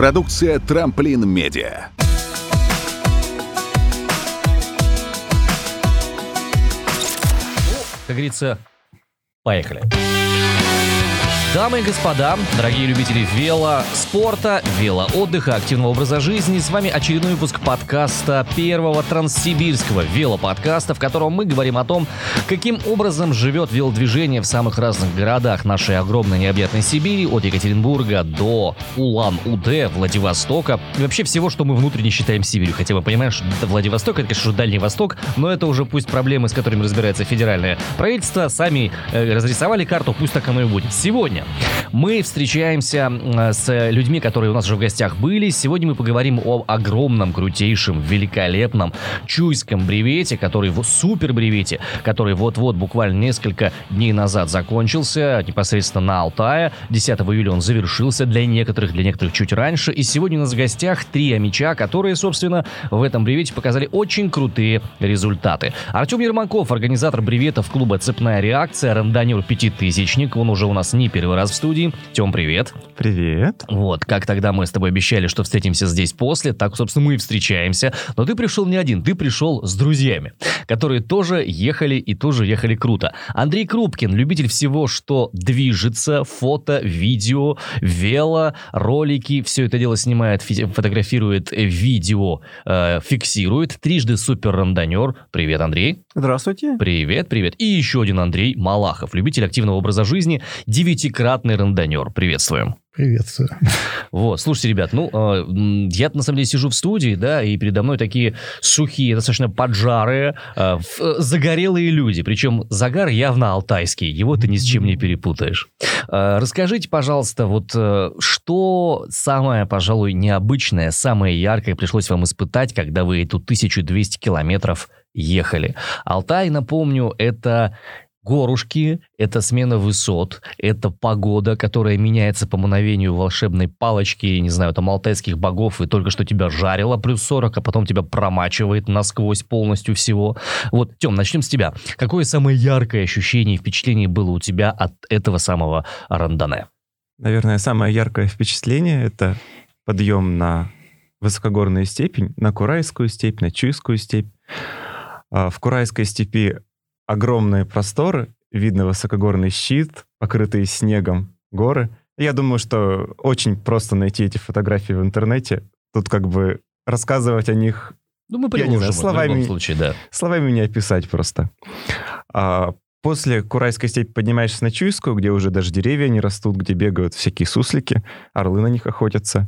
Продукция «Трамплин Медиа». Как говорится, поехали. Дамы и господа, дорогие любители велоспорта, велоотдыха, активного образа жизни, с вами очередной выпуск подкаста, первого транссибирского велоподкаста, в котором мы говорим о том, каким образом живет велодвижение в самых разных городах нашей огромной необъятной Сибири, от Екатеринбурга до Улан-Удэ, Владивостока, и вообще всего, что мы внутренне считаем Сибирью. Хотя мы понимаем, что Владивосток — это, конечно, Дальний Восток, но это уже пусть проблемы, с которыми разбирается федеральное правительство, сами разрисовали карту, пусть так оно и будет. Сегодня мы встречаемся с людьми, которые у нас уже в гостях были. Сегодня мы поговорим о огромном, крутейшем, великолепном чуйском бревете, супер бревете, который вот-вот буквально несколько дней назад закончился, непосредственно на Алтае. 10 июля он завершился для некоторых чуть раньше. И сегодня у нас в гостях три омича, которые, собственно, в этом бревете показали очень крутые результаты. Артем Ермаков, организатор бреветов клуба «Цепная реакция», рандонер-пятитысячник. Он уже у нас не первый раз в студии. Тём, привет. Привет. Вот, как тогда мы с тобой обещали, что встретимся здесь после, так, собственно, мы и встречаемся. Но ты пришел не один, ты пришел с друзьями, которые тоже ехали круто. Андрей Крупкин, любитель всего, что движется, фото, видео, вело, ролики, все это дело снимает, фотографирует, видео фиксирует. Трижды супер-рандонер. Привет, Андрей. Здравствуйте. Привет. И еще один Андрей Малахов, любитель активного образа жизни, 9-кратный рандонер. Приветствуем. Приветствую. Вот, слушайте, ребят, я на самом деле сижу в студии, да, и передо мной такие сухие, достаточно поджарые, загорелые люди. Причем загар явно алтайский, его ты ни с чем не перепутаешь. Расскажите, пожалуйста, что самое, пожалуй, необычное, самое яркое пришлось вам испытать, когда вы эту 1200 километров ехали? Алтай, напомню, это горушки, это смена высот, это погода, которая меняется по мановению волшебной палочки, не знаю, там, алтайских богов, и только что тебя жарило плюс 40, а потом тебя промачивает насквозь полностью всего. Вот, Тём, начнем с тебя. Какое самое яркое ощущение и впечатление было у тебя от этого самого рандоне? Наверное, самое яркое впечатление — это подъем на высокогорную степень, на Курайскую степь, на Чуйскую степь. В Курайской степи огромные просторы, видно высокогорный щит, покрытые снегом горы. Я думаю, что очень просто найти эти фотографии в интернете. Тут как бы рассказывать о них, мы приложим, словами, в любом случае, да. Словами не описать просто. После Курайской степи поднимаешься на Чуйскую, где уже даже деревья не растут, где бегают всякие суслики, орлы на них охотятся.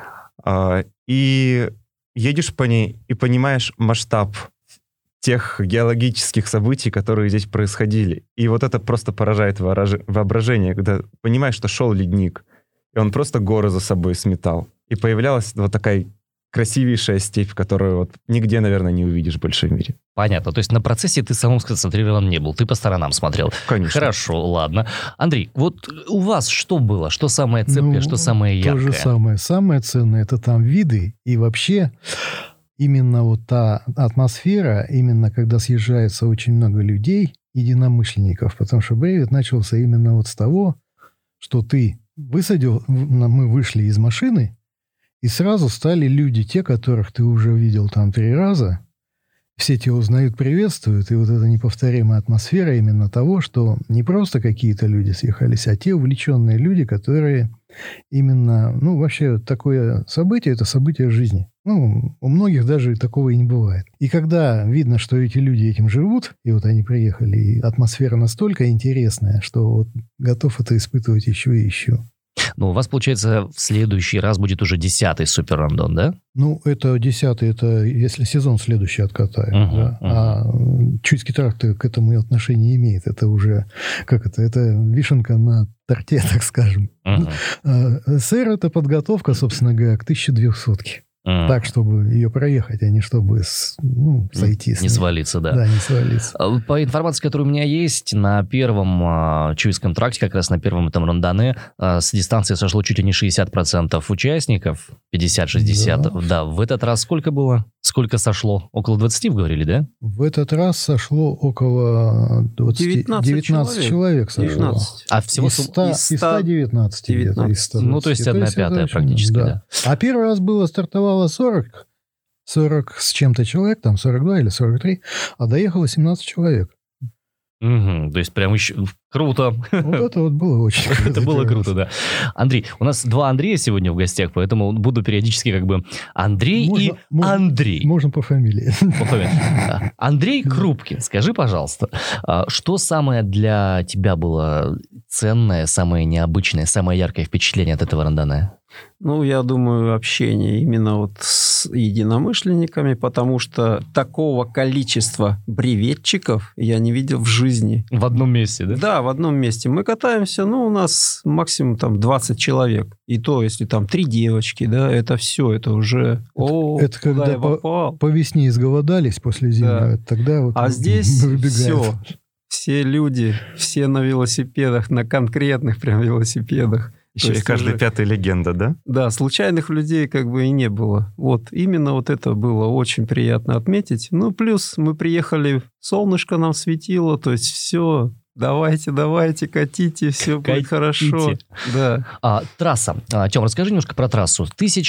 И едешь по ней и понимаешь масштаб тех геологических событий, которые здесь происходили. И вот это просто поражает воображение, когда понимаешь, что шел ледник, и он просто горы за собой сметал. И появлялась вот такая красивейшая степь, которую нигде, наверное, не увидишь больше в мире. Понятно. То есть на процессе ты самым сконцентрирован не был, ты по сторонам смотрел. Конечно. Хорошо, ладно. Андрей, у вас что было? Что самое цепкое, что самое яркое? То же самое. Самое ценное — это там виды и вообще именно та атмосфера, именно когда съезжается очень много людей, единомышленников, потому что бревет начался именно с того, что ты высадил, мы вышли из машины, и сразу стали люди, те, которых ты уже видел там 3 раза, все тебя узнают, приветствуют, и эта неповторимая атмосфера именно того, что не просто какие-то люди съехались, а те увлеченные люди, которые именно, вообще такое событие — это событие жизни. У многих даже такого и не бывает. И когда видно, что эти люди этим живут, и они приехали, и атмосфера настолько интересная, что готов это испытывать еще и еще. У вас, получается, в следующий раз будет уже 10-й супер-рандон, да? Это 10-й, это если сезон следующий откатаем. Да? А Чуйский тракт к этому отношения не имеет. Это уже, это вишенка на торте, так скажем. СР — это подготовка, собственно говоря, к 1200-ке. так, чтобы ее проехать, а не чтобы сойти с Не ней. свалиться, да. Да, не свалиться. По информации, которая у меня есть, на первом Чуйском тракте, как раз на первом этом рандоне, с дистанции сошло чуть ли не 60% участников, 50-60. Да, в этот раз сколько было? Сколько сошло? Около 20, вы говорили, да? В этот раз сошло около 19 человек сошло. 19. А всего... Из 119 где-то. Из 120. Ну, то есть 1/5 это очень, практически, да. А первый раз стартовало 40 с чем-то человек, там 42 или 43, а доехало 17 человек. Угу, то есть прям еще круто. Вот это вот было очень круто. Это было круто, да. Андрей, у нас 2 Андрея сегодня в гостях, поэтому буду периодически как бы Андрей и Андрей. Можно по фамилии. По фамилии. Андрей Крупкин, скажи, пожалуйста, что самое для тебя было ценное, самое необычное, самое яркое впечатление от этого рандоне? Ну, я думаю, общение именно вот с единомышленниками, потому что такого количества бреветчиков я не видел в жизни. В одном месте, да? Да, в одном месте. Мы катаемся, у нас максимум там 20 человек. И то, если там 3 девочки, да, это все, это уже... Это когда по весне изголодались после зимы, Да. тогда вот А здесь выбегают. все люди, все на велосипедах, на конкретных прям велосипедах. Еще То и есть каждая уже- пятая легенда, да? Да, случайных людей как бы и не было. Вот, именно вот это было очень приятно отметить. Ну, плюс мы приехали, солнышко нам светило, то есть все, давайте, катите, все будет хорошо. Да. Трасса. Тём, расскажи немножко про трассу.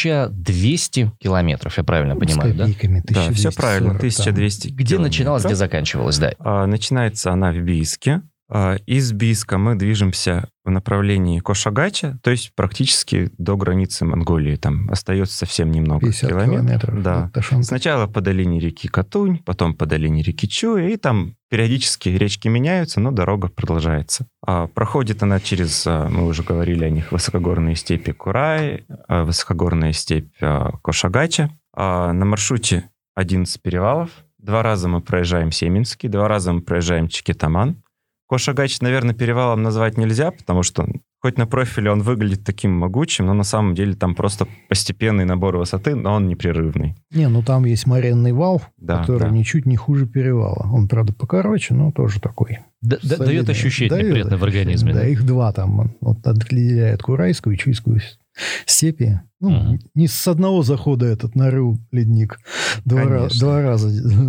1200 километров, я правильно понимаю, С да? копейками, Да, все 1240 правильно, там. 1200 Где начиналась, где километров. заканчивалась, да? Начинается она в Бийске. Из Бийска мы движемся в направлении Кошагача, то есть практически до границы Монголии. Там остается совсем немного 50 километров. Да. от Ташанка. Сначала по долине реки Катунь, потом по долине реки Чуя, и там периодически речки меняются, но дорога продолжается. Проходит она через, мы уже говорили о них, высокогорные степи Курай, высокогорная степь Кошагача. На маршруте 11 перевалов. 2 раза мы проезжаем Семинский, 2 раза мы проезжаем Чикитаман. Кошагач, наверное, перевалом назвать нельзя, потому что хоть на профиле он выглядит таким могучим, но на самом деле там просто постепенный набор высоты, но он непрерывный. Там есть моренный вал, Да, который да. ничуть не хуже перевала. Он, правда, покороче, но тоже такой. Дает солидный. ощущение Дает приятное в ощущение. организме. Да, их 2 там. Вот отделяет Курайскую и Чуйскую степи. Не с одного захода этот нарыл ледник. 2 раза.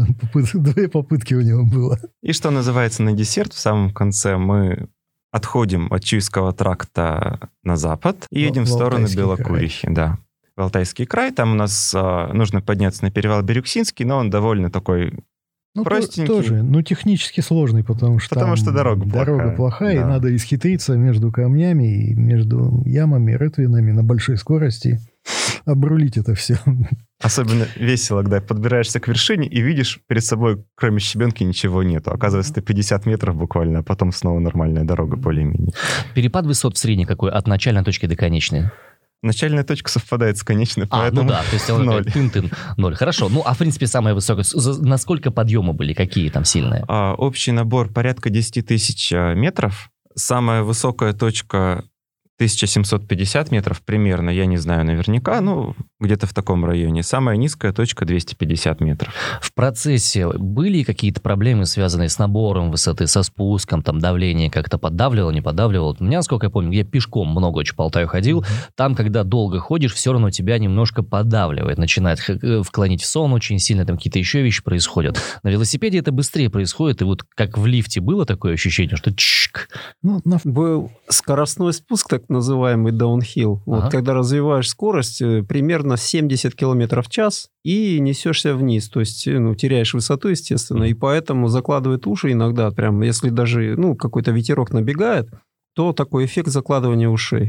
2 попытки у него было. И что называется на десерт, в самом конце мы отходим от Чуйского тракта на запад и едем в сторону Алтайский Белокурихи. Да. В Алтайский край. Там у нас нужно подняться на перевал Бирюксинский, но он довольно такой простенький. Тоже, технически сложный, потому что Потому что дорога плохая, да. и надо исхитриться между камнями и между ямами, рытвинами на большой скорости обрулить это все. Особенно весело, когда подбираешься к вершине и видишь перед собой, кроме щебенки, ничего нету. Оказывается, это 50 метров буквально, а потом снова нормальная дорога более-менее. Перепад высот в средней какой? От начальной точки до конечной? Начальная точка совпадает с конечной, поэтому то есть он 0. тын-тын, 0. Хорошо. В принципе, самое высокое. Насколько подъемы были? Какие там сильные? Общий набор порядка 10 тысяч метров. Самая высокая точка 1750 метров примерно, я не знаю наверняка, где-то в таком районе. Самая низкая точка 250 метров. В процессе были какие-то проблемы, связанные с набором высоты, со спуском, там давление как-то поддавливало, не поддавливало? У меня, насколько я помню, я пешком много очень по Алтаю ходил, там, когда долго ходишь, все равно тебя немножко поддавливает, начинает вклонить в сон очень сильно, там какие-то еще вещи происходят. На велосипеде это быстрее происходит, и вот как в лифте было такое ощущение, что чик. Был скоростной спуск, так называемый даунхилл. Вот, когда развиваешь скорость примерно 70 км в час и несешься вниз. То есть, теряешь высоту, естественно, и поэтому закладывает уши иногда. Прям, если даже, какой-то ветерок набегает, то такой эффект закладывания ушей.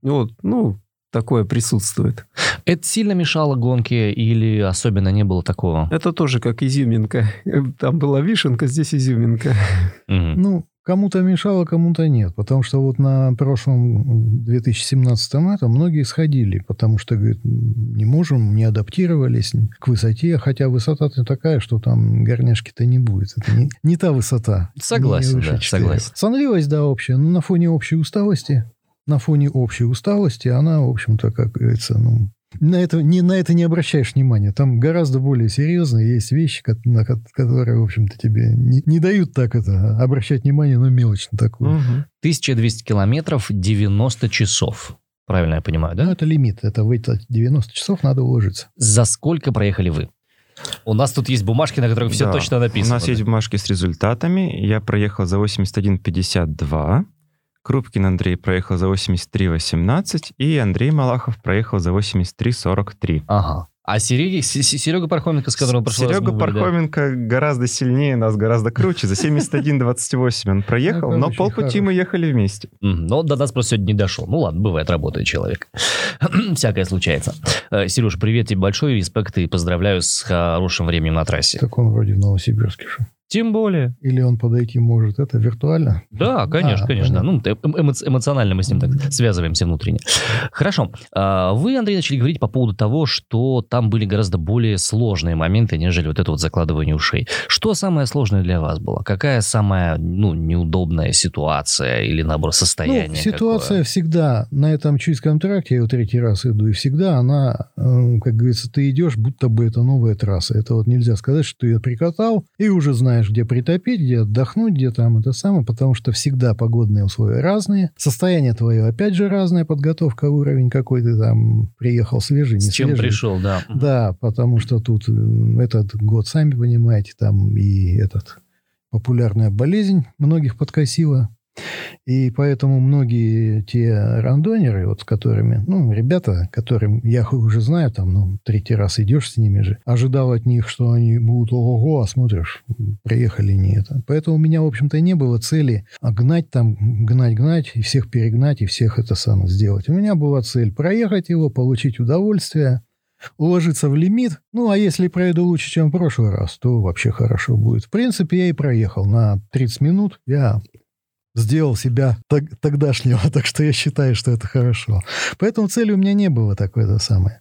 Такое присутствует. Это сильно мешало гонке или особенно не было такого? Это тоже как изюминка. Там была вишенка, здесь изюминка. Кому-то мешало, кому-то нет. Потому что вот на прошлом 2017-м многие сходили, потому что, говорят, не можем, не адаптировались к высоте, хотя высота-то такая, что там горняшки-то не будет. Это не та высота. Согласен, да, согласен. Сонливость, да, общая. Но на фоне общей усталости, она, в общем-то, как говорится, на это не обращаешь внимания. Там гораздо более серьезные есть вещи, которые, в общем-то, тебе не дают так обращать внимание на мелочь на такую. 1200 километров, 90 часов. Правильно я понимаю, да? Ну, это лимит. Это в эти 90 часов надо уложиться. За сколько проехали вы? У нас тут есть бумажки, на которых все точно написано. У нас есть бумажки с результатами. Я проехал за 81.52. Крупкин Андрей проехал за 83.18. И Андрей Малахов проехал за 83.43. Ага. А Серега Пархоменко, с которым прошлый раз мы были, Пархоменко гораздо сильнее нас, гораздо круче. За 71.28 он проехал, но полпути мы ехали вместе. Но до нас просто сегодня не дошел. Ну ладно, бывает, работает человек. Всякое случается. Сереж, привет тебе большой, респект и поздравляю с хорошим временем на трассе. Так он вроде в Новосибирске же. Тем более. Или он подойти может, это виртуально? Да, конечно, конечно. Ну, эмоционально мы с ним так связываемся внутренне. Хорошо. Вы, Андрей, начали говорить по поводу того, что там были гораздо более сложные моменты, нежели вот это вот закладывание ушей. Что самое сложное для вас было? Какая самая, неудобная ситуация или, наоборот, состояние? Ситуация всегда на этом Чуйском тракте, я его 3-й раз иду, и всегда она, как говорится, ты идешь, будто бы это новая трасса. Это вот нельзя сказать, что ты ее прикатал и уже знаешь, где притопить, где отдохнуть, где там это самое, потому что всегда погодные условия разные. Состояние твое, опять же, разное, подготовка, уровень какой ты там приехал, свежий, не свежий. С чем пришел, да. Да, потому что тут этот год, сами понимаете, там и популярная болезнь многих подкосила. И поэтому многие те рандонеры, вот с которыми, ребята, которым я уже знаю, там, 3-й раз идешь с ними же, ожидал от них, что они будут ого-го, а смотришь, приехали не это. Поэтому у меня, в общем-то, не было цели гнать, и всех перегнать, и всех это самое сделать. У меня была цель проехать его, получить удовольствие, уложиться в лимит. А если проеду лучше, чем в прошлый раз, то вообще хорошо будет. В принципе, я и проехал на 30 минут. Я сделал себя тогдашнего, так что я считаю, что это хорошо. Поэтому цели у меня не было такое самое.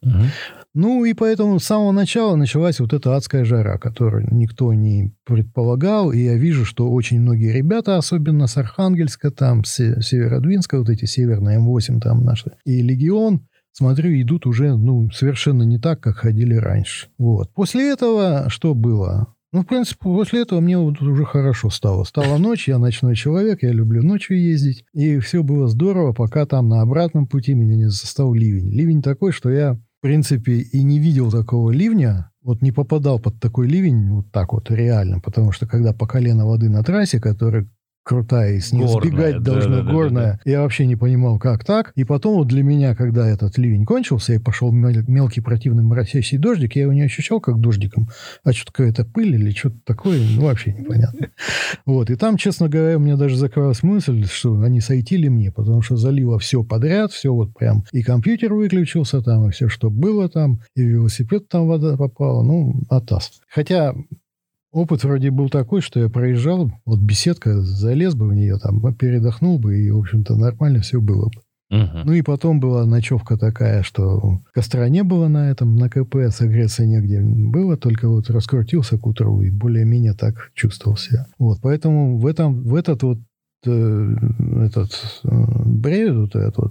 И поэтому с самого начала началась вот эта адская жара, которую никто не предполагал, и я вижу, что очень многие ребята, особенно с Архангельска, там, с Северодвинска, вот эти северные М8 там наши, и Легион, смотрю, идут уже, совершенно не так, как ходили раньше. Вот. После этого что было? В принципе, после этого мне уже хорошо стало. Стала ночь, я ночной человек, я люблю ночью ездить. И все было здорово, пока там на обратном пути меня не застал ливень. Ливень такой, что я, в принципе, и не видел такого ливня. Вот не попадал под такой ливень вот так вот реально. Потому что когда по колено воды на трассе, которая крутая, и с ней сбегать должна горная. Я вообще не понимал, как так. И потом вот для меня, когда этот ливень кончился, и пошел мелкий противный моросящий дождик, я его не ощущал как дождиком, а что-то какая-то пыль или что-то такое, вообще непонятно. Вот. И там, честно говоря, у меня даже закралась мысль, что они сайтили мне, потому что залило все подряд, все вот прям. И компьютер выключился там, и все, что было там, и в велосипед там вода попала. Атас. Хотя опыт вроде был такой, что я проезжал, вот беседка, залез бы в нее, там, передохнул бы, и, в общем-то, нормально все было бы. И потом была ночевка такая, что костра не было на КП, согреться негде было, только вот раскрутился к утру и более-менее так чувствовал себя. Вот, поэтому в этот бред, вот этот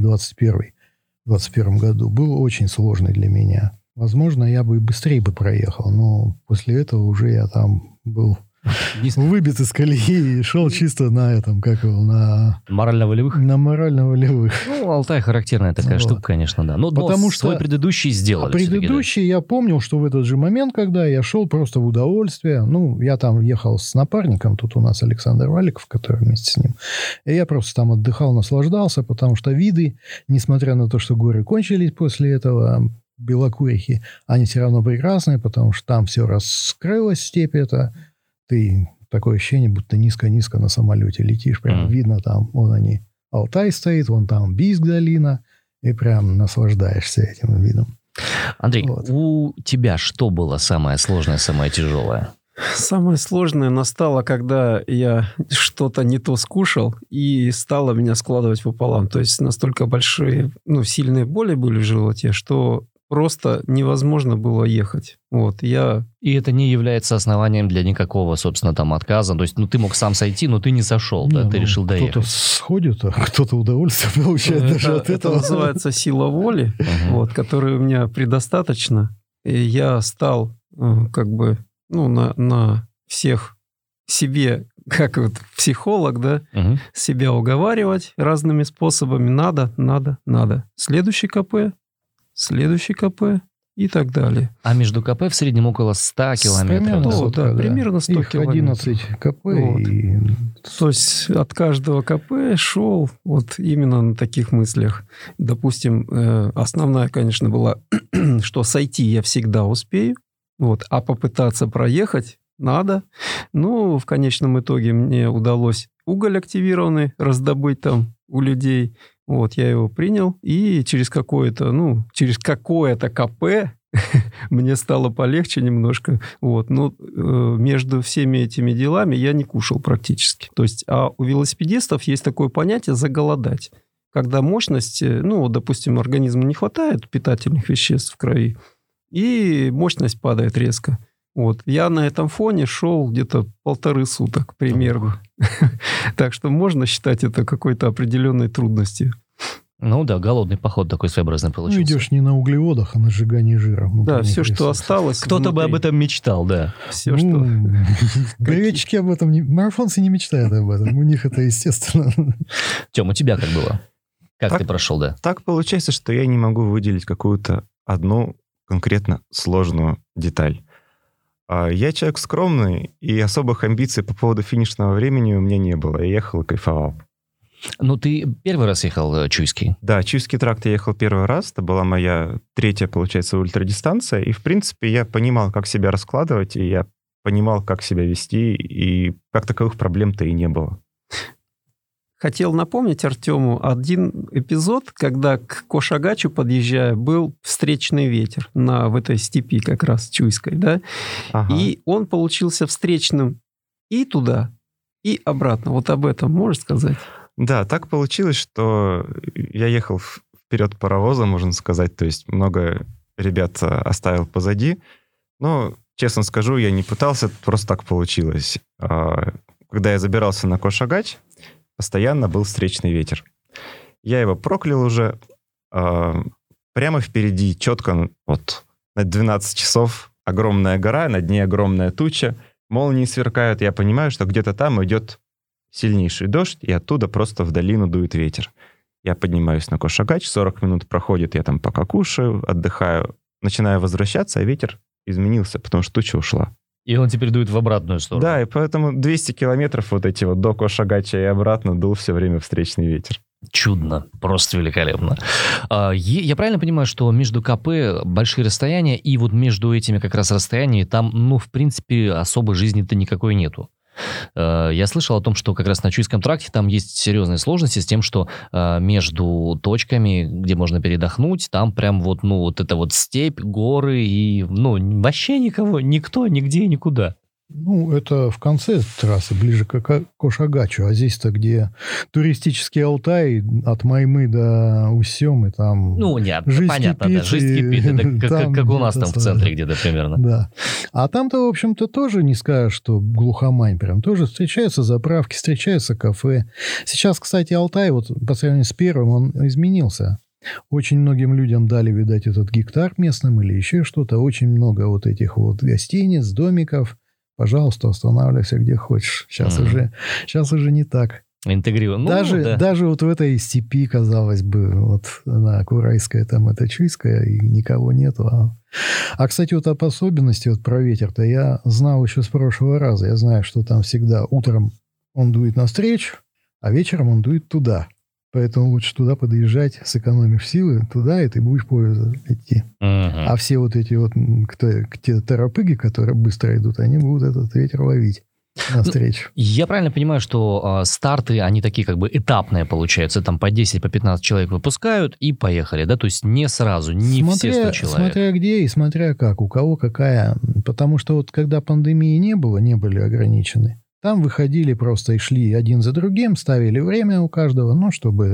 21 году, был очень сложный для меня. Возможно, я бы и быстрее бы проехал, но после этого уже я там был выбит из колеи и шел чисто на этом, на морально-волевых? На морально-волевых. Алтай характерная такая штука, конечно, да. Потому что свой предыдущий сделали. Предыдущий я помнил, что в этот же момент, когда я шел просто в удовольствие, я там ехал с напарником, тут у нас Александр Валиков, который вместе с ним, и я просто там отдыхал, наслаждался, потому что виды, несмотря на то, что горы кончились после этого, Белокурихи, они все равно прекрасные, потому что там все раскрылось, степь это. Ты такое ощущение, будто низко-низко на самолете летишь. Прям видно там, Алтай стоит, вон там Бийск долина, и прям наслаждаешься этим видом. Андрей, у тебя что было самое сложное, самое тяжелое? Самое сложное настало, когда я что-то не то скушал, и стало меня складывать пополам. То есть настолько большие, сильные боли были в животе, что просто невозможно было ехать. Вот, И это не является основанием для никакого, собственно, там отказа. То есть, ты мог сам сойти, но ты не сошел, да? Ты решил доехать. Кто-то сходит, а кто-то удовольствие получает даже от этого. Это называется сила воли, которой у меня предостаточно. И я стал на всех себе, как вот психолог, да, себя уговаривать разными способами. Надо. Следующий КП и так далее. А между КП в среднем около 100 километров. Примерно 100 Их километров. 11 КП. То есть от каждого КП шел вот именно на таких мыслях. Допустим, основная, конечно, была, что сойти я всегда успею, а попытаться проехать надо. В конечном итоге мне удалось уголь активированный раздобыть там у людей. Я его принял, и через какое-то КП мне стало полегче немножко. Но между всеми этими делами я не кушал практически. То есть, а у велосипедистов есть такое понятие «заголодать». Когда мощность, допустим, организму не хватает питательных веществ в крови, и мощность падает резко. Я на этом фоне шел где-то 1,5 суток примерно. Так что можно считать это какой-то определенной трудностью. Голодный поход такой своеобразный получился. Идешь не на углеводах, а на сжигании жира. Да, все, что осталось. Кто-то бы об этом мечтал, да. Все, что... Гаечки об этом не... Марафонцы не мечтают об этом. У них это естественно. Тём, у тебя как было? Как ты прошел, да? Так получается, что я не могу выделить какую-то одну конкретно сложную деталь. Я человек скромный, и особых амбиций по поводу финишного времени у меня не было. Я ехал и кайфовал. Ты первый раз ехал Чуйский? Да, Чуйский тракт я ехал первый раз. Это была моя 3-я, получается, ультрадистанция. И, в принципе, я понимал, как себя раскладывать, и я понимал, как себя вести, и как таковых проблем-то и не было. Хотел напомнить Артему один эпизод, когда к Кошагачу, подъезжая, был встречный ветер в этой степи как раз Чуйской, да? Ага. И он получился встречным и туда, и обратно. Вот об этом можешь сказать? Да, так получилось, что я ехал вперед паровоза, можно сказать, то есть много ребят оставил позади. Но, честно скажу, я не пытался, просто так получилось. Когда я забирался на Кошагач, постоянно был встречный ветер. Я его проклял уже. Прямо впереди, четко, на 12 часов огромная гора, над ней огромная туча, молнии сверкают. Я понимаю, что где-то там идет сильнейший дождь, и оттуда просто в долину дует ветер. Я поднимаюсь на Кошагач, 40 минут проходит, я там пока кушаю, отдыхаю, начинаю возвращаться, а ветер изменился, потому что туча ушла. И он теперь дует в обратную сторону. Да, и поэтому 200 километров до Кошагача и обратно дул все время встречный ветер. Чудно, просто великолепно. Я правильно понимаю, что между КП большие расстояния, и между этими как раз расстояниями там, в принципе, особой жизни-то никакой нету? Я слышал о том, что как раз на Чуйском тракте там есть серьезные сложности с тем, что между точками, где можно передохнуть, там прям это степь, горы и, вообще никто, нигде, никуда. Это в конце трассы, ближе к Кошагачу, а здесь-то, где туристический Алтай от Маймы до Усемы, там жизнь понятно, кипит, да, жизнь кипит, это как у нас там в центре где-то примерно. Да. А там-то, в общем-то, тоже не скажешь, что глухомань прям, тоже встречаются заправки, встречаются кафе. Сейчас, кстати, Алтай, по сравнению с первым, он изменился. Очень многим людям дали, видать, этот гектар местным или еще что-то. Очень много этих гостиниц, домиков. Пожалуйста, останавливайся где хочешь. Сейчас уже не так. Интегрирован. Даже в этой степи, казалось бы, на Курайская, там это Чуйская, и никого нету. Кстати, об особенности про ветер-то я знал еще с прошлого раза. Я знаю, что там всегда утром он дует навстречу, а вечером он дует туда. Поэтому лучше туда подъезжать, сэкономишь силы туда, и ты будешь по идти. А все те торопыги, которые быстро идут, они будут этот ветер ловить навстречу. Я правильно понимаю, что старты, они такие этапные получаются, там по 10, по 15 человек выпускают и поехали, да? То есть не сразу, не все 100 человек. Смотря где и смотря как, у кого какая. Потому что когда пандемии не были ограничены, там выходили просто и шли один за другим, ставили время у каждого, чтобы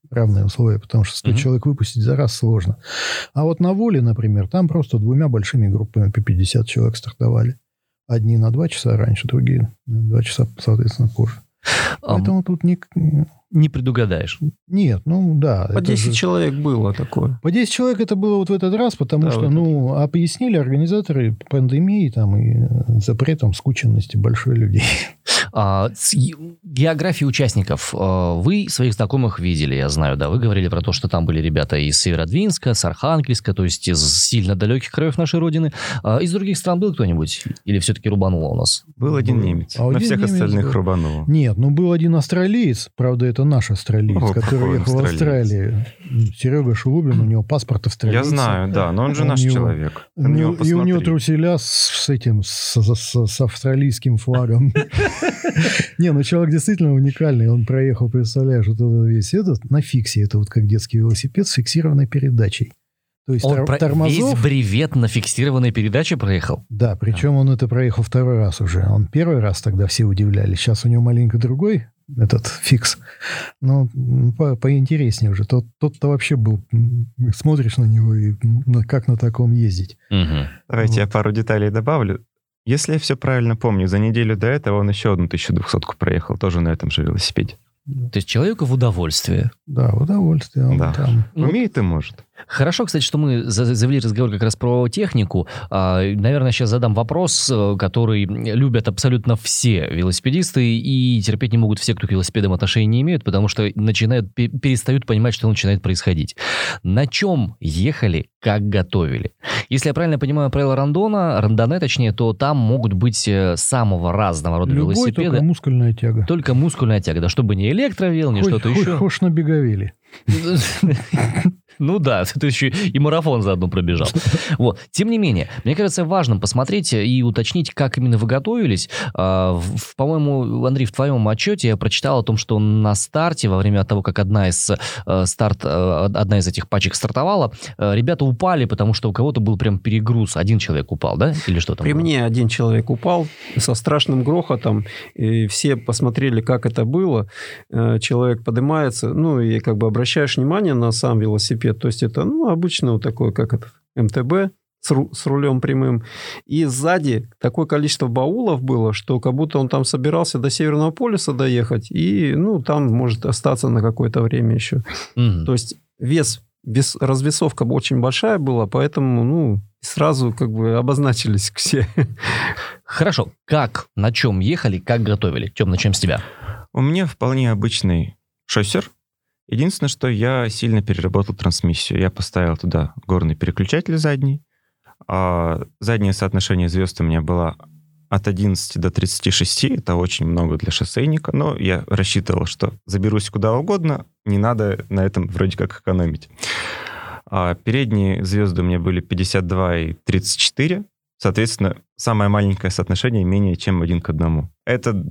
равные условия, потому что 100 человек выпустить за раз сложно. А вот на воле, например, там просто 2 большими группами по 50 человек стартовали. Одни на 2 часа раньше, другие на 2 часа, соответственно, позже. Поэтому тут не предугадаешь. Нет, ну да. По 10 человек было такое. По 10 человек это было вот в этот раз, потому что, пояснили организаторы пандемии там, и запретом скученности большой людей. С географией участников вы своих знакомых видели, я знаю, да, вы говорили про то, что там были ребята из Северодвинска, с Архангельска, то есть из сильно далеких краев нашей родины. Из других стран был кто-нибудь? Или все-таки рубануло у нас? Был один немец. На всех остальных рубануло. Нет, был один австралиец, правда, это наш австралиец, который ехал в Австралию. Серега Шулубин, у него паспорт австралийца. Я знаю, да, но он же наш человек. И у него труселя с австралийским флагом. Не, человек действительно уникальный. Он проехал, представляешь, вот этот весь этот на фиксе. Это вот как детский велосипед с фиксированной передачей. То есть тормозов... Весь бревет на фиксированной передаче проехал? Да, причем он это проехал второй раз уже. Он первый раз тогда все удивлялись. Сейчас у него маленько другой этот фикс. Но поинтереснее уже. Тот-то вообще был... Смотришь на него и как на таком ездить. Давайте я пару деталей добавлю. Если я все правильно помню, за неделю до этого он еще 1200-ку проехал, тоже на этом же велосипеде. То есть человеку в удовольствие. Да, в удовольствие. Он там. Умеет и может. Хорошо, кстати, что мы завели разговор как раз про технику. Наверное, сейчас задам вопрос, который любят абсолютно все велосипедисты и терпеть не могут все, кто к велосипедам отношения не имеют, потому что перестают понимать, что начинает происходить. На чем ехали, как готовили? Если я правильно понимаю правила рандоне, точнее, то там могут быть самого разного рода велосипеды. Только мускульная тяга. Только мускульная тяга, да, чтобы не электровел, не что-то еще. Хошь на беговеле. Ну да, ты еще и марафон заодно пробежал. Вот. Тем не менее, мне кажется важным посмотреть и уточнить, как именно вы готовились. По-моему, Андрей, в твоем отчете я прочитал о том, что на старте, во время того, как одна из этих пачек стартовала, ребята упали, потому что у кого-то был прям перегруз. Один человек упал, да? Или что там? При мне один человек упал со страшным грохотом. И все посмотрели, как это было. Человек поднимается, и как бы обращаешь внимание на сам велосипед. То есть это, обычно вот такой, как это, МТБ с рулем прямым. И сзади такое количество баулов было, что как будто он там собирался до Северного полюса доехать, и, там может остаться на какое-то время еще. То есть развесовка очень большая была, поэтому, сразу как бы обозначились все. Хорошо. На чем ехали, как готовили? Тём, начнем с тебя. У меня вполне обычный шоссер. Единственное, что я сильно переработал трансмиссию. Я поставил туда горный переключатель задний. Заднее соотношение звезд у меня было от 11 до 36. Это очень много для шоссейника. Но я рассчитывал, что заберусь куда угодно. Не надо на этом вроде как экономить. Передние звезды у меня были 52 и 34. Соответственно, самое маленькое соотношение менее чем 1 к 1. Это,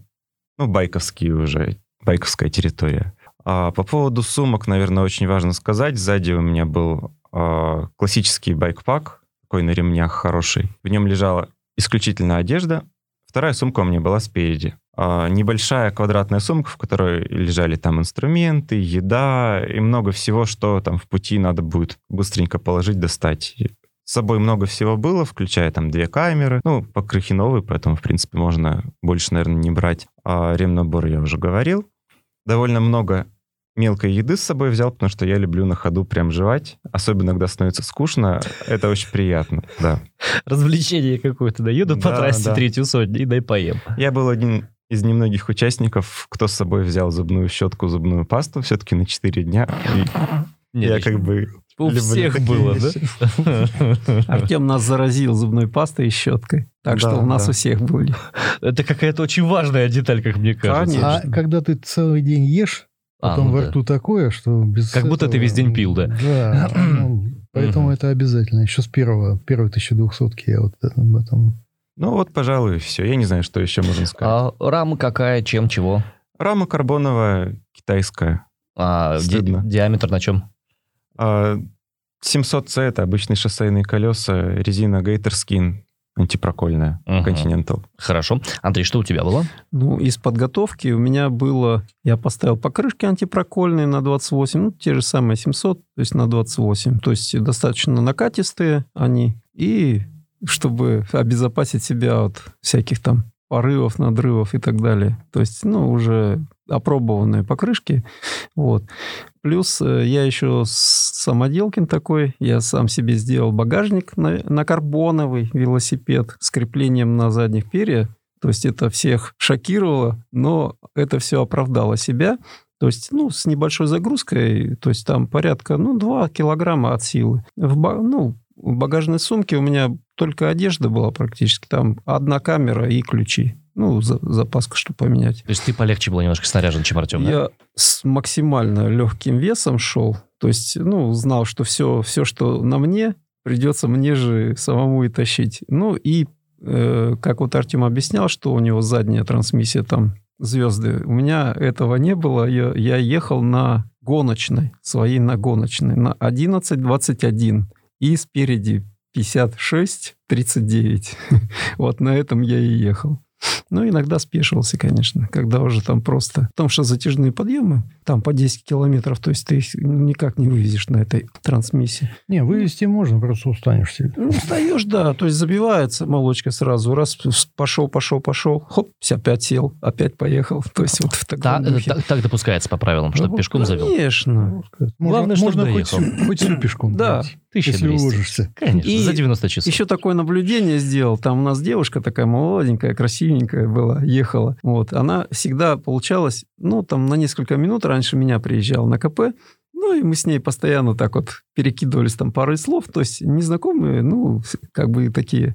байковская территория. По поводу сумок, наверное, очень важно сказать. Сзади у меня был классический байкпак, такой на ремнях хороший. В нем лежала исключительно одежда. Вторая сумка у меня была спереди. Небольшая квадратная сумка, в которой лежали там инструменты, еда и много всего, что там в пути надо будет быстренько положить, достать. С собой много всего было, включая там 2 камеры. Покрыхи новые, поэтому, в принципе, можно больше, наверное, не брать. Ремнабор я уже говорил. Довольно много мелкой еды с собой взял, потому что я люблю на ходу прям жевать. Особенно, когда становится скучно. Это очень приятно, да. Развлечение какое-то, да? Еду по трассе 3 сотню и дай поем. Я был один из немногих участников, кто с собой взял зубную щетку, зубную пасту все-таки на 4 дня. Я как бы... У всех было, да? Артем нас заразил зубной пастой и щеткой. Так что у нас у всех были. Это какая-то очень важная деталь, как мне кажется. А когда ты целый день ешь, потом во рту такое, что без как будто ты весь день пил, да? Да. Поэтому это обязательно. Еще с первой 1200-ки я вот об этом... Пожалуй, все. Я не знзнь, что еще можно сказать. Рама какая, чем, чего? Рама карбоновая, китайская. Диаметр на чем? 700C — это обычные шоссейные колеса, резина Gator Skin антипрокольная, Continental. Хорошо. Андрей, что у тебя было? Ну, из подготовки у меня было... Я поставил покрышки антипрокольные на 28, ну, те же самые 700, то есть на 28. То есть достаточно накатистые они. И чтобы обезопасить себя от всяких там порывов, надрывов и так далее. То есть, ну, уже опробованные покрышки. Вот. Плюс я еще самоделкин такой. Я сам себе сделал багажник на карбоновый велосипед с креплением на задних перьях. То есть это всех шокировало, но это все оправдало себя. То есть, ну, с небольшой загрузкой, то есть там порядка, 2 килограмма от силы. В багажной сумке у меня только одежда была практически. Там одна камера и ключи. Ну, запаску, чтобы поменять. То есть ты полегче был немножко снаряжен, чем Артем, да? Я с максимально легким весом шел. То есть, знал, что все, что на мне, придется мне же самому и тащить. Ну, и как вот Артем объяснял, что у него задняя трансмиссия, там, звезды. У меня этого не было. Я ехал на гоночной, на 11-21. И спереди 56-39. Вот на этом я и ехал. Ну, иногда спешивался, конечно, когда уже там просто... Потому что затяжные подъемы, там по 10 километров, то есть ты их никак не вывезешь на этой трансмиссии. Не, вывезти можно, просто устанешь сильно. Ну, устаешь, да, то есть забивается молочка сразу. Раз пошел, хоп, опять сел, опять поехал. То есть вот в таком духе. Так допускается по правилам, чтобы пешком завел? Конечно. Главное, чтобы доехал. Хоть всю пешком. Да. 1200. Если уложишься. Конечно, и за 90 часов. Еще такое наблюдение сделал. Там у нас девушка такая молоденькая, красивенькая была, ехала. Вот. Она всегда получалась, там на несколько минут раньше меня приезжала на КП. Ну, и мы с ней постоянно так вот перекидывались там парой слов. То есть незнакомые, как бы такие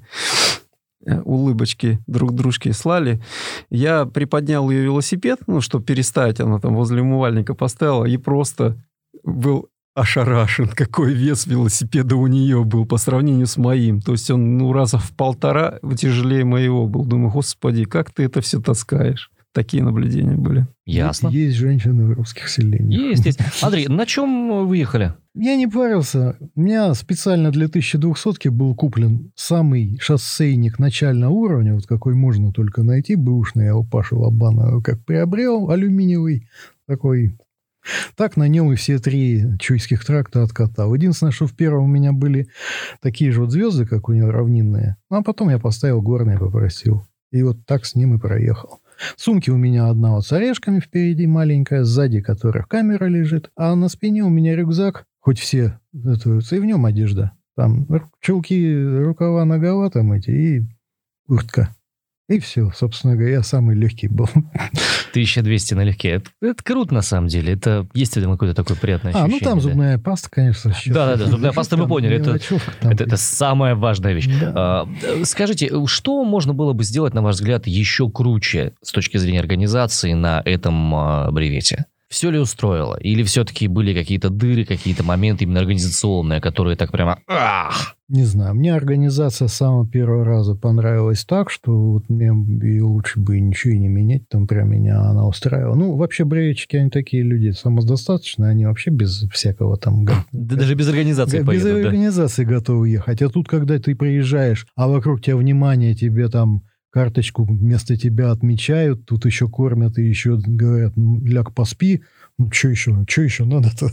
улыбочки друг дружке слали. Я приподнял ее велосипед, чтобы переставить. Она там возле умывальника поставила и просто был ошарашен, какой вес велосипеда у нее был по сравнению с моим. То есть он, раза в 1,5 тяжелее моего был. Думаю, господи, как ты это все таскаешь? Такие наблюдения были. Ясно. Есть женщины в русских селениях. Есть. Андрей, на чем вы ехали? Я не парился. У меня специально для 1200-ки был куплен самый шоссейник начального уровня, вот какой можно только найти, бэушный. Я у Паши Лобана как приобрел, алюминиевый такой. Так на нем и все 3 чуйских тракта откатал. Единственное, что в первом у меня были такие же вот звезды, как у него, равнинные. А потом я поставил горные, попросил. И вот так с ним и проехал. В сумке у меня одна вот с орешками впереди маленькая, сзади которых камера лежит. А на спине у меня рюкзак, хоть все, и в нем одежда. Там чулки, рукава, нагова там эти и куртка. И все, собственно говоря, я самый легкий был. 1200 налегке. Это круто, на самом деле. Это есть в этом какое-то такое приятное ощущение. Там зубная паста, конечно. Да, зубная паста, мы поняли. Это самая важная вещь. Да. Скажите, что можно было бы сделать, на ваш взгляд, еще круче с точки зрения организации на этом бревете? Все ли устроило? Или все-таки были какие-то дыры, какие-то моменты именно организационные, которые так прямо... Не знаю. Мне организация с самого первого раза понравилась так, что вот мне ее лучше бы ничего и не менять. Там прям меня она устраивала. Вообще бреечки, они такие люди самодостаточные. Они вообще без всякого там... Да даже без организации поедут, без организации готовы ехать. А тут, когда ты приезжаешь, а вокруг тебя внимание, тебе там... Карточку вместо тебя отмечают, тут еще кормят и еще говорят, ляг поспи. Что еще надо-то?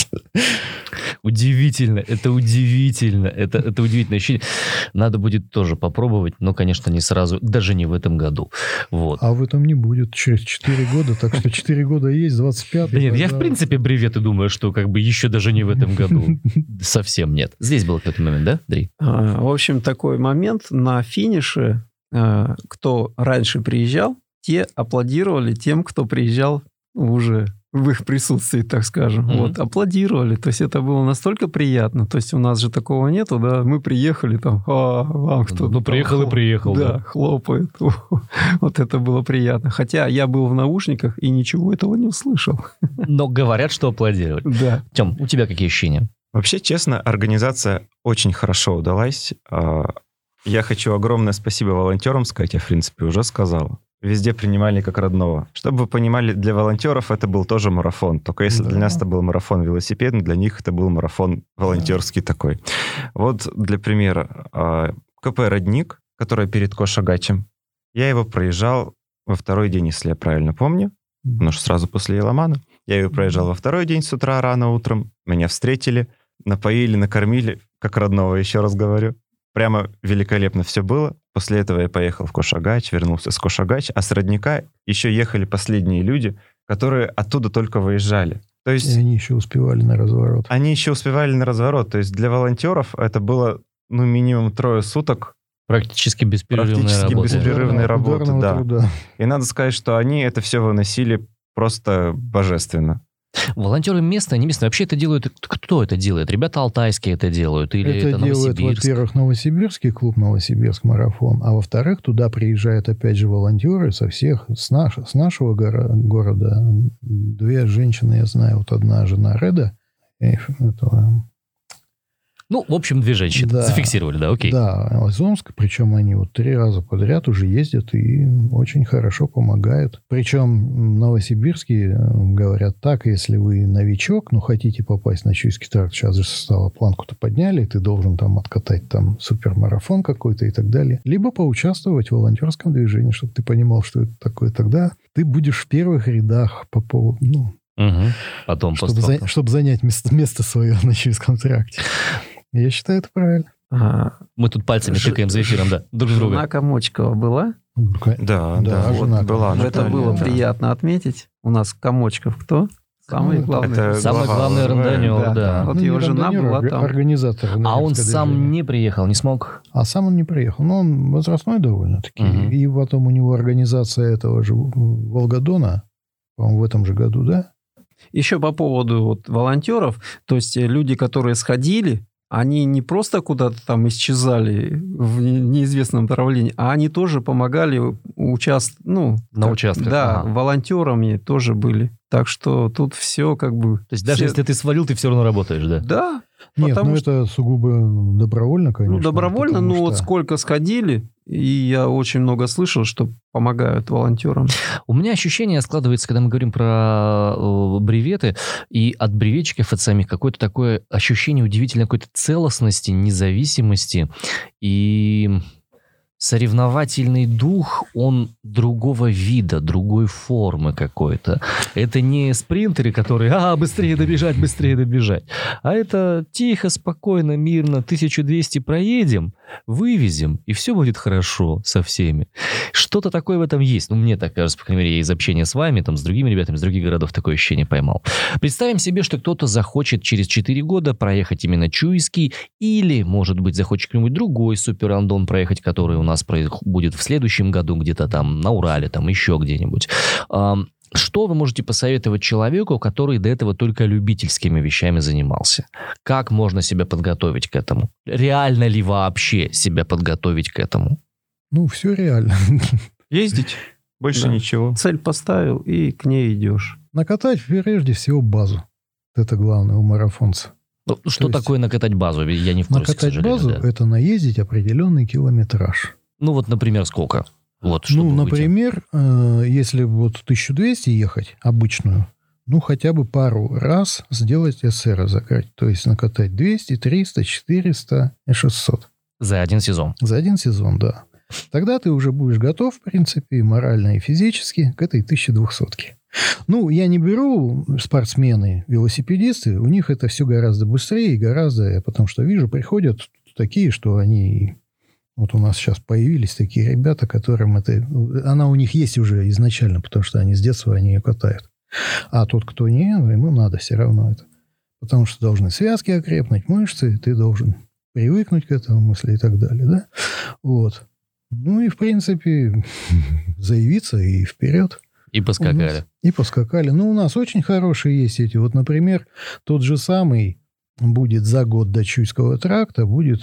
Удивительно, это удивительно. Это удивительное ощущение. Надо будет тоже попробовать, но, конечно, не сразу, даже не в этом году. Вот. А в этом не будет через 4 года, так что 4 года есть, 25. Да нет, я в принципе бреветы думаю, что как бы еще даже не в этом году. Совсем нет. Здесь был какой-то момент, да, Андрей? В общем, такой момент на финише. Кто раньше приезжал, те аплодировали тем, кто приезжал уже в их присутствии, так скажем. Вот, аплодировали. То есть это было настолько приятно. То есть у нас же такого нету, да. Мы приехали там, вам кто-то... приехал и приехал. Да, хлопает. Вот это было приятно. Хотя я был в наушниках и ничего этого не услышал. Но говорят, что аплодировали. Да. Тем, у тебя какие ощущения? Вообще, честно, организация очень хорошо удалась. Я хочу огромное спасибо волонтерам сказать, я, в принципе, уже сказал. Везде принимали как родного. Чтобы вы понимали, для волонтеров это был тоже марафон. Только если для нас это был марафон велосипедный, для них это был марафон волонтерский такой. Вот для примера. КП «Родник», которое перед Кошагачем. Я его проезжал во второй день, если я правильно помню. Потому что сразу после Еламана. Я его проезжал во второй день с утра рано утром. Меня встретили, напоили, накормили, как родного, еще раз говорю. Прямо великолепно все было. После этого я поехал в Кошагач, вернулся с Кошагач, а с Родника еще ехали последние люди, которые оттуда только выезжали. То есть, и они еще успевали на разворот. То есть для волонтеров это было минимум 3 суток. Практически беспрерывная работа, да. Труда. И надо сказать, что они это все выносили просто божественно. Волонтеры местные, не местные. Вообще это делают... Кто это делает? Ребята алтайские это делают? Или это делает, во-первых, Новосибирский клуб «Новосибирск марафон», а во-вторых, туда приезжают, опять же, волонтеры со всех, с нашего города. 2 женщины, я знаю. Вот одна жена Реда, этого... Ну, в общем, 2 женщины. Да. Зафиксировали, да, окей. Да, из Омска, причем они 3 раза подряд уже ездят и очень хорошо помогают. Причем новосибирские говорят так, если вы новичок, хотите попасть на Чуйский тракт, сейчас же стало, планку-то подняли, ты должен там откатать там супермарафон какой-то и так далее. Либо поучаствовать в волонтерском движении, чтобы ты понимал, что это такое. Тогда ты будешь в первых рядах по поводу... Потом, чтобы занять место свое на Чуйском тракте. Я считаю, это правильно. Мы тут пальцами тыкаем за эфиром, да, друг друга. Жена Комочкова была? Да, жена была. Это было приятно отметить. У нас Комочков кто? Самый главный. Самый главный рандонер, да. Вот его жена была там. Организатор. А он сам не приехал, не смог? А сам он не приехал. Но он возрастной довольно-таки. И потом у него организация этого же Волгодона, по-моему, в этом же году, да? Еще по поводу волонтеров, то есть люди, которые сходили, они не просто куда-то там исчезали в неизвестном направлении, а они тоже помогали на участках. Да, волонтерами тоже были. Так что тут все как бы... То есть даже если ты свалил, ты все равно работаешь, да? Да. Нет, это сугубо добровольно, конечно. Добровольно, вот сколько сходили, и я очень много слышал, что помогают волонтерам. У меня ощущение складывается, когда мы говорим про бреветы, и от бреветчиков, от самих, какое-то такое ощущение удивительной какой-то целостности, независимости и... Соревновательный дух, он другого вида, другой формы какой-то. Это не спринтеры, которые быстрее добежать. А это тихо, спокойно, мирно, 1200 проедем, вывезем, и все будет хорошо со всеми. Что-то такое в этом есть. Мне так кажется, по крайней мере, я из общения с вами, с другими ребятами, из других городов такое ощущение поймал. Представим себе, что кто-то захочет через 4 года проехать именно Чуйский, или, может быть, захочет какой-нибудь другой суперрандон проехать, который у нас будет в следующем году где-то там на Урале, там еще где-нибудь. Что вы можете посоветовать человеку, который до этого только любительскими вещами занимался? Как можно себя подготовить к этому? Реально ли вообще себя подготовить к этому? Все реально. Ездить, больше ничего. Цель поставил, и к ней идешь. Накатать прежде всего базу. Это главное у марафонца. Что такое накатать базу? Я не в курсе, к сожалению. Накатать базу – это наездить определенный километраж. Например, сколько? Например, если 1200 ехать, обычную, хотя бы пару раз сделать СР закрыть. То есть накатать 200, 300, 400 и 600. За один сезон? За один сезон, да. Тогда ты уже будешь готов, в принципе, и морально, и физически к этой 1200-ке. Я не беру спортсмены, велосипедисты, у них это все гораздо быстрее, потому что вижу, приходят такие, что они... Вот у нас сейчас появились такие ребята, которым она у них есть уже изначально, потому что они с детства ее катают. А тот, кто не, ему надо все равно это. Потому что должны связки окрепнуть, мышцы, ты должен привыкнуть к этому мысли и так далее, да? Вот. И, в принципе, заявиться и вперед. И поскакали. И поскакали. У нас очень хорошие есть эти. Вот, например, тот же самый будет за год до Чуйского тракта, будет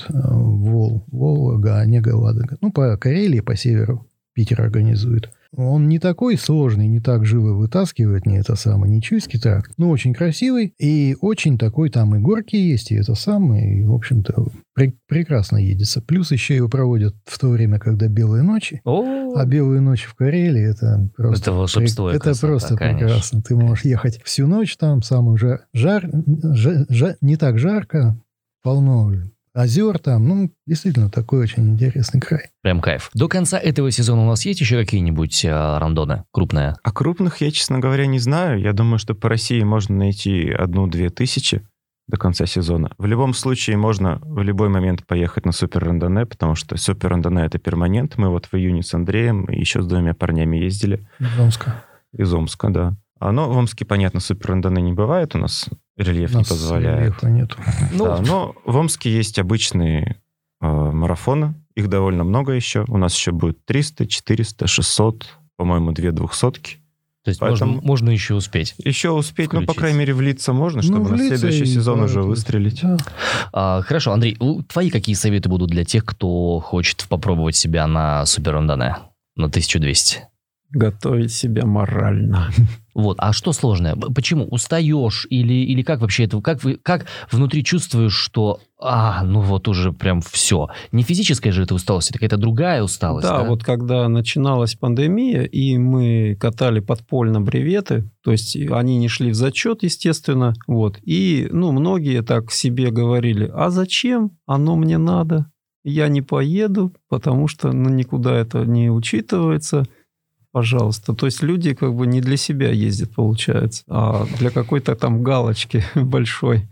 Волга, Онега, Ладога. По Карелии, по северу Питер организует. Он не такой сложный, не так живо вытаскивает не Чуйский тракт. Очень красивый и очень такой, там и горки есть, и это самое, и, в общем-то, прекрасно едется. Плюс еще его проводят в то время, когда белые ночи. А белые ночи в Карелии, это просто... Это волшебство. Это просто прекрасно. Ты можешь ехать всю ночь там, самый не так жарко, полно озер там. Действительно, такой очень интересный край. Прям кайф. До конца этого сезона у нас есть еще какие-нибудь рандоны крупные? А крупных я, честно говоря, не знаю. Я думаю, что по России можно найти 1-2 тысячи до конца сезона. В любом случае можно в любой момент поехать на Супер Рандоне, потому что Супер Рандоне — это перманент. Мы в июне с Андреем и еще с 2 парнями ездили. Из Омска. Из Омска, да. Но в Омске, понятно, Супер Рандоне не бывает, у нас рельеф не позволяет. Рельефа нету. Да, но в Омске есть обычные марафоны, их довольно много еще. У нас еще будет 300, 400, 600, по-моему, 2 200-ки. То есть можно еще успеть. Еще успеть, по крайней мере, влиться можно, чтобы на следующий сезон уже выстрелить. Да. Хорошо, Андрей, твои какие советы будут для тех, кто хочет попробовать себя на Супер Рандоне на 1200? Готовить себя морально. Вот, а что сложное? Почему? Устаешь? Или как вообще это? Как внутри чувствуешь, что уже прям все? Не физическая же это усталость, это какая-то другая усталость, да? Да, вот когда начиналась пандемия, и мы катали подпольно бреветы, то есть они не шли в зачет, естественно, и, многие так себе говорили, а зачем? Оно мне надо. Я не поеду, потому что, никуда это не учитывается. Пожалуйста. То есть люди не для себя ездят, получается, а для какой-то там галочки большой.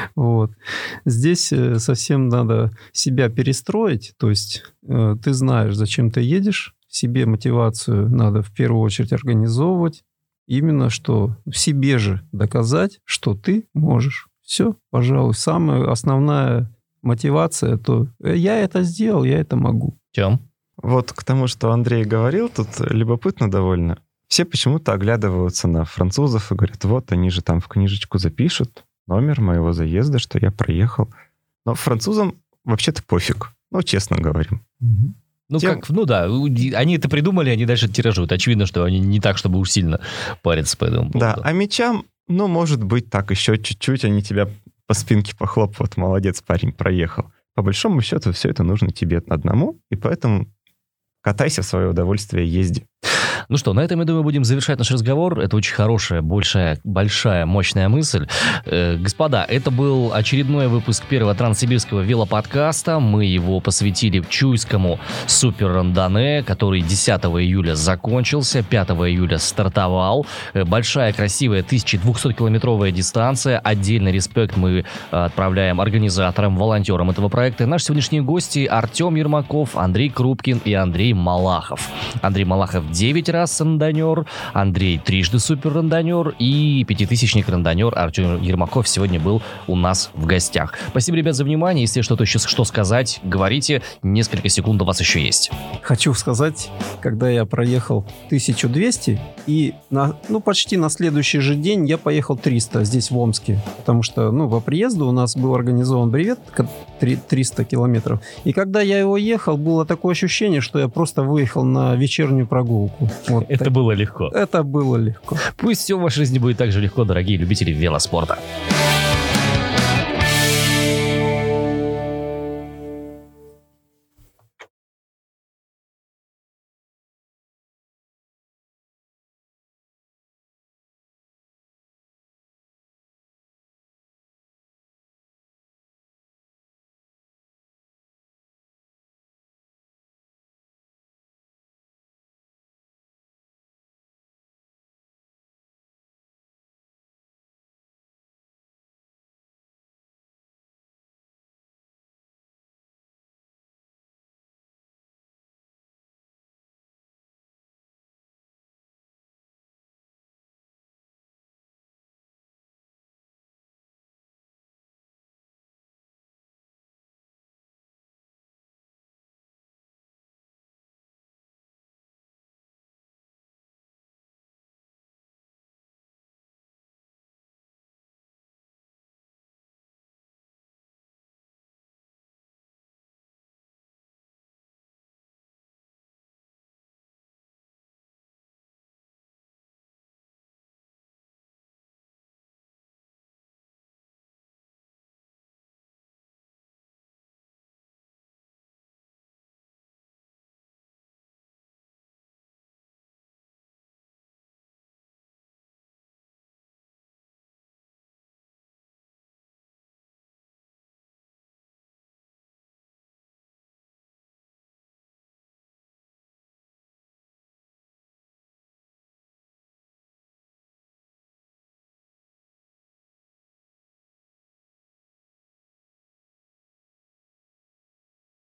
Здесь совсем надо себя перестроить. То есть ты знаешь, зачем ты едешь. Себе мотивацию надо в первую очередь организовывать. Именно что в себе же доказать, что ты можешь. Все, пожалуй. Самая основная мотивация, то я это сделал, я это могу. Тём? К тому, что Андрей говорил, тут любопытно довольно. Все почему-то оглядываются на французов и говорят, они же там в книжечку запишут номер моего заезда, что я проехал. Но французам вообще-то пофиг, честно говорим. Они это придумали, они дальше тиражируют. Очевидно, что они не так, чтобы уж сильно парятся по этому поводу. Да, а мячам, может быть, так еще чуть-чуть они тебя по спинке похлопают. Молодец, парень, проехал. По большому счету, все это нужно тебе одному, и поэтому катайся в свое удовольствие, езди. Ну что, на этом, я думаю, будем завершать наш разговор. Это очень хорошая, большая, мощная мысль. Господа, это был очередной выпуск первого транссибирского велоподкаста. Мы его посвятили Чуйскому Супер Рандоне, который 10 июля закончился, 5 июля стартовал. Большая, красивая 1200-километровая дистанция. Отдельный респект мы отправляем организаторам, волонтерам этого проекта. Наши сегодняшние гости — Артем Ермаков, Андрей Крупкин и Андрей Малахов. Андрей Малахов 9 раз рандонер, Андрей трижды супер рандонер и 5000-ник рандонер Артем Ермаков сегодня был у нас в гостях. Спасибо, ребят, за внимание. Если что-то еще сказать, говорите. Несколько секунд у вас еще есть. Хочу сказать, когда я проехал 1200 и почти на следующий же день я поехал 300 здесь в Омске, потому что по приезду у нас был организован бревет 300 километров. И когда я его ехал, было такое ощущение, что я просто выехал на вечернюю прогулку. Это было легко. Это было легко. Пусть все в вашей жизни будет так же легко, дорогие любители велоспорта.